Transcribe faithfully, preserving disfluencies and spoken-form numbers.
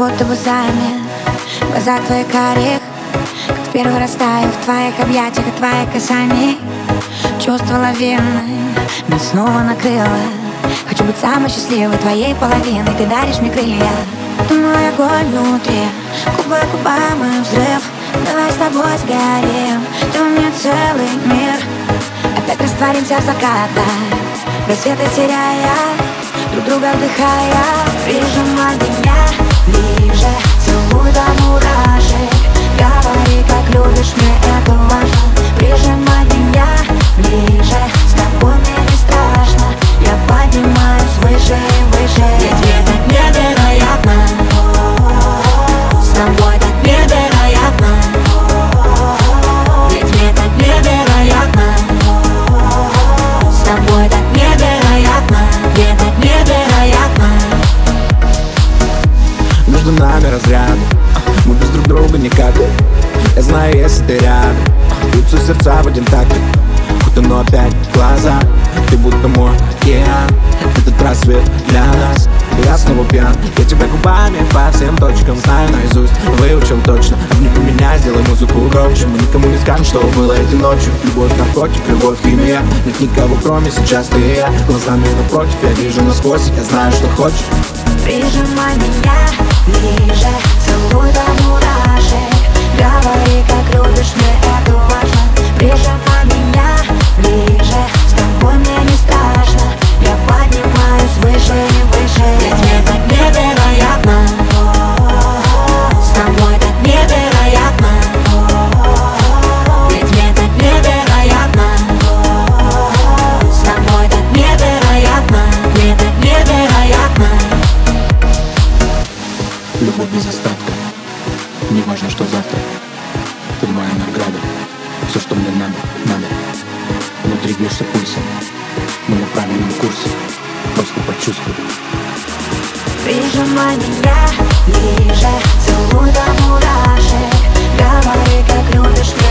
будто бы сами в глазах твоих карих, как в первый раз таю в твоих объятиях и твоих касаний. Чувство лавины нас снова накрыло. Хочу быть самой счастливой твоей половиной. Ты даришь мне крылья. Ты мой огонь внутри, губы к губам и взрыв. Давай с тобой сгорим, ты у меня целый мир. Опять растворимся в закатах, рассветы теряя, друг друга вдыхая. Прижимай меня ближе, целуй до мурашек. Говори, как любишь, мне это важно. Прижимай меня ближе, с тобой мне не страшно. Я поднимаюсь выше и выше. Ведь мне так невероятно, с тобой так невероятно. Ведь мне так невероятно, с тобой так невероятно. Мне так невероятно. Между нами разряд, мы без друг друга никак. Я знаю, если ты рядом, бьются сердца в один такт. Будто, но опять глаза, ты будто мой океан. Этот рассвет для нас, я снова пьян. Я тебя губами по всем точкам знаю наизусть, выучил точно. Обними меня, сделай музыку громче. Мы никому не скажем, что было этой ночью. Любовь, наркотик, любовь, химия. Нет никого кроме, сейчас ты и я. Глазами напротив, я вижу насквозь. Я знаю, что хочешь. Прижимай меня ближе, целуй до мурашек. Говори, как любишь, мне это важно. Прижимай меня ближе, с тобой мне не страшно. Я поднимаюсь выше и выше. Ведь мне так невероятно, с тобой так невероятно. Ведь мне так невероятно, с тобой так невероятно. Мне так невероятно. Любовь без остатка, не важно, что завтра. Ты моя награда, все, что мне надо, надо. Внутри бьешься пульсом, мы на правильном курсе. Просто почувствуй. Прижимай меня ближе, целуй до мурашек. Говори, как любишь.